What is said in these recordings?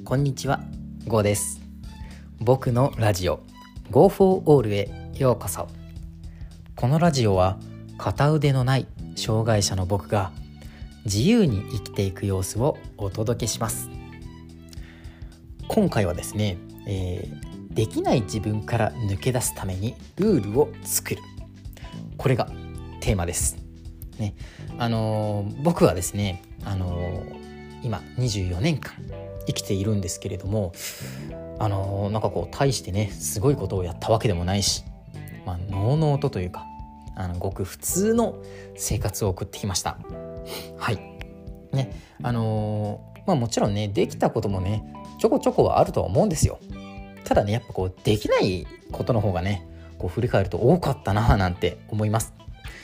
こんにちは、ゴーです。僕のラジオ Go for All へようこそ。このラジオは片腕のない障害者の僕が自由に生きていく様子をお届けします。今回はですね、できない自分から抜け出すためにルールを作る、これがテーマですね。僕はですね、今24年間生きているんですけれども、大してねすごいことをやったわけでもないし、のうのうというかごく普通の生活を送ってきました。はいね、もちろんねできたこともねちょこちょこはあるとは思うんですよ。ただねやっぱできないことの方がね振り返ると多かったななんて思います。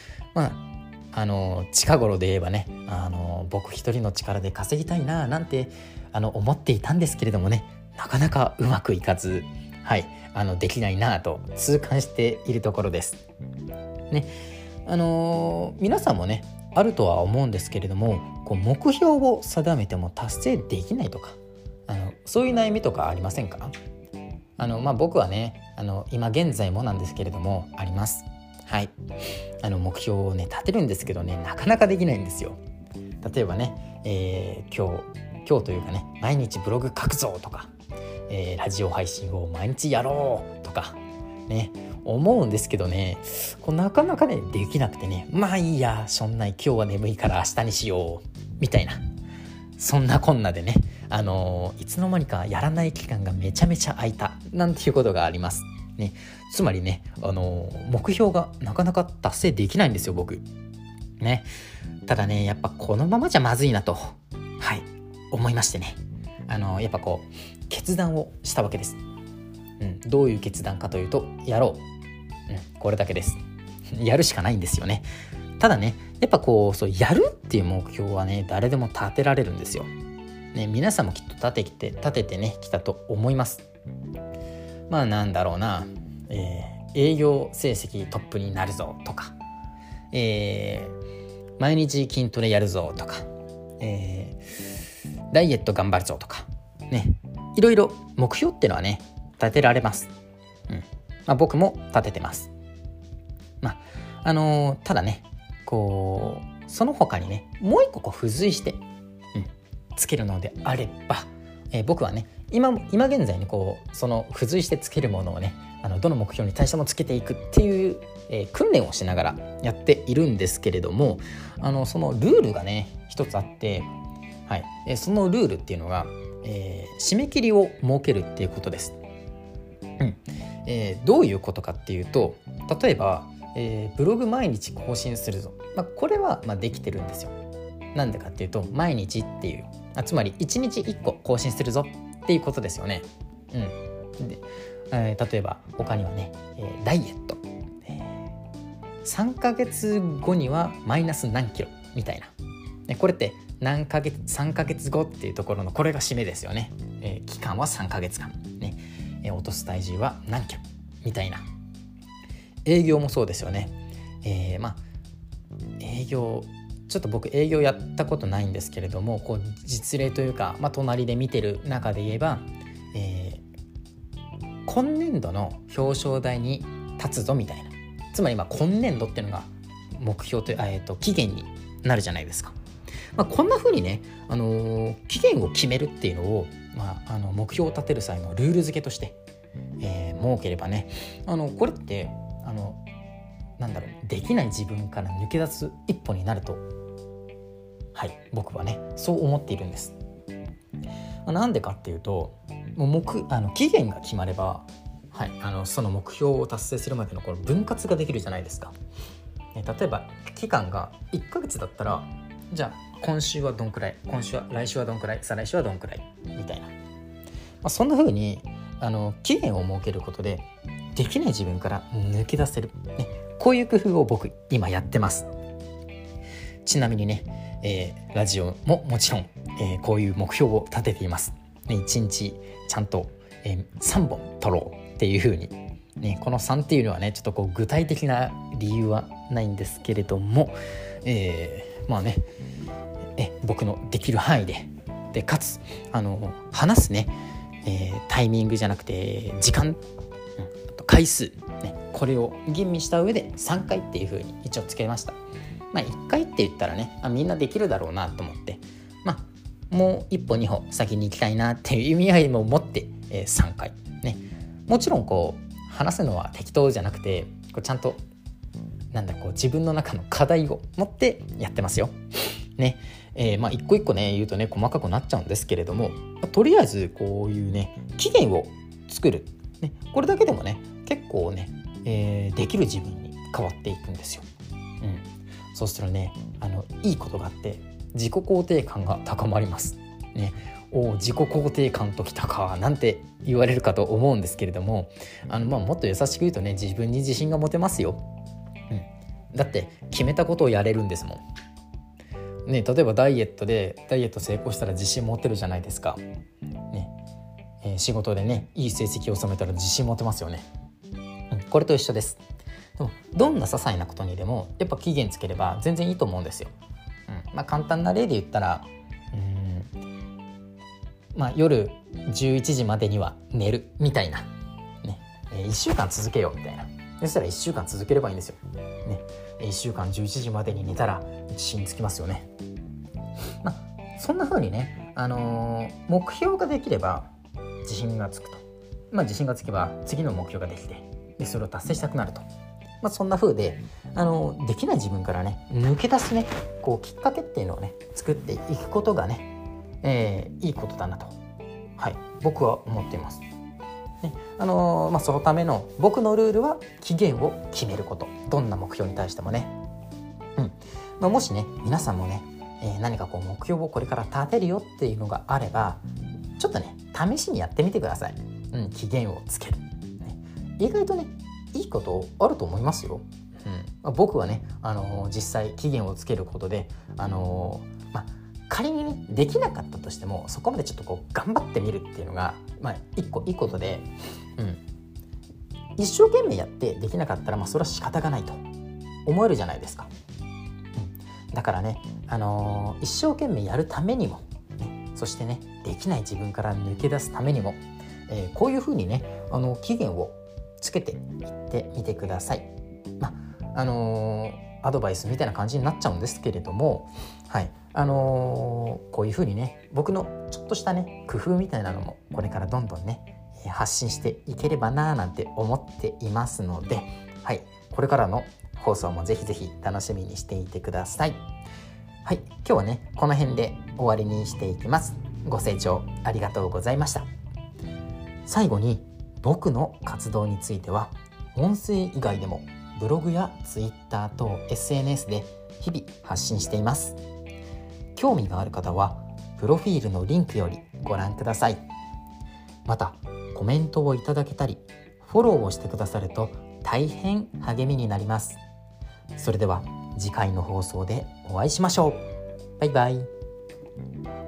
近頃で言えばね僕一人の力で稼ぎたいななんて思っていたんですけれどもね、なかなかうまくいかず、できないなと痛感しているところですね。皆さんもねあるとは思うんですけれども、目標を定めても達成できないとかそういう悩みとかありませんか？僕はね今現在もなんですけれどもあります。目標をね立てるんですけどね、なかなかできないんですよ。例えばね、今日というかね毎日ブログ書くぞとか、ラジオ配信を毎日やろうとかね思うんですけどね、なかなかねできなくてね、いいやそんな今日は眠いから明日にしようみたいな、そんなこんなでねいつの間にかやらない期間がめちゃめちゃ空いたなんていうことがありますね。つまりね目標がなかなか達成できないんですよ僕ね。ただねやっぱこのままじゃまずいなと思いましてね、やっぱ決断をしたわけです。どういう決断かというと、やろう、これだけです。やるしかないんですよね。ただねやっぱそうやるっていう目標はね誰でも立てられるんですよね。皆さんもきっと立ててねきたと思います。なんだろうな、営業成績トップになるぞとか、毎日筋トレやるぞとか、ダイエット頑張るぞとかね、いろいろ目標ってのはね立てられます。僕も立ててます。ただねその他にねもう一個付随して、つけるのであれば、僕はね今現在にその付随してつけるものをねどの目標に対してもつけていくっていう、訓練をしながらやっているんですけれども、そのルールがね一つあって、そのルールっていうのが、締め切りを設けるっていうことです。どういうことかっていうと、例えば、ブログ毎日更新するぞ、これはできてるんですよ。なんでかっていうと毎日っていうつまり1日1個更新するぞっていうことですよね。で例えば他にはね、ダイエット、3ヶ月後にはマイナス何キロみたいな、これって3ヶ月後っていうところのこれが締めですよね。期間は3ヶ月間、落とす体重は何キロみたいな。営業もそうですよね。営業ちょっと僕営業やったことないんですけれども、実例というか、隣で見てる中で言えば、今年度の表彰台に立つぞみたいな、つまり今年度っていうのが目標という、期限になるじゃないですか。こんな風にね、期限を決めるっていうのを、目標を立てる際のルール付けとして、設ければねこれってできない自分から抜け出す一歩になると、僕はねそう思っているんです。なんでかっていうと期限が決まれば、その目標を達成するまでの分割ができるじゃないですか。例えば期間が1ヶ月だったら、じゃあ今週はどんくらい、来週はどんくらい、再来週はどんくらいみたいな、そんな風に期限を設けることでできない自分から抜け出せる、こういう工夫を僕今やってます。ちなみにね、ラジオももちろん、こういう目標を立てています。1日ちゃんと、3本撮ろうっていう風に、この3っていうのはねちょっと具体的な理由はないんですけれども、僕のできる範囲ででかつ話すね、タイミングじゃなくて時間、回数、ね、これを吟味した上で3回っていう風に一応つけました。1回って言ったらねみんなできるだろうなと思って、もう一歩二歩先に行きたいなっていう意味合いも持って、3回ね。もちろんこう話すのは適当じゃなくてこうちゃんと自分の中の課題を持ってやってますよね。一個一個ね言うとね細かくなっちゃうんですけれども、とりあえずこういうね期限を作る、ね、これだけでもね結構ね、できる自分に変わっていくんですよ。そうするとねいいことがあって自己肯定感が高まりますね。自己肯定感ときたかなんて言われるかと思うんですけれども、もっと優しく言うとね自分に自信が持てますよ。だって決めたことをやれるんですもんね。例えばダイエット成功したら自信持てるじゃないですかね。仕事でねいい成績を収めたら自信持てますよね。これと一緒です。でもどんな些細なことにでもやっぱ期限つければ全然いいと思うんですよ。簡単な例で言ったら夜11時までには寝るみたいな、ね1週間続けようみたいな。そしたら1週間続ければいいんですよ、ね。1週間11時までに寝たら自信つきますよね。そんな風にね、目標ができれば自信がつくと。自信がつけば次の目標ができてでそれを達成したくなると。そんな風でできない自分からね抜け出すねこうきっかけっていうのをね作っていくことがね、いいことだなと、僕は思っています、ね。そのための僕のルールは期限を決めること。どんな目標に対してもね、もしね皆さんもね、何かこう目標をこれから立てるよっていうのがあればちょっとね試しにやってみてください。期限をつける、意外とねいいことあると思いますよ。僕はね、実際期限をつけることで、仮にねできなかったとしてもそこまでちょっとこう頑張ってみるっていうのが、一個いいことで、一生懸命やってできなかったらそれは仕方がないと思えるじゃないですか。だからね、一生懸命やるためにも、そしてねできない自分から抜け出すためにも、こういうふうにね期限をつけていってみてください。アドバイスみたいな感じになっちゃうんですけれども、こういうふうにね僕のちょっとしたね工夫みたいなのもこれからどんどんね発信していければななんて思っていますので、これからの放送もぜひぜひ楽しみにしていてください。今日はねこの辺で終わりにしていきます。ご清聴ありがとうございました。最後に僕の活動については音声以外でもブログやツイッター等 SNS で日々発信しています。興味がある方はプロフィールのリンクよりご覧ください。またコメントをいただけたりフォローをしてくださると大変励みになります。それでは次回の放送でお会いしましょう。バイバイ。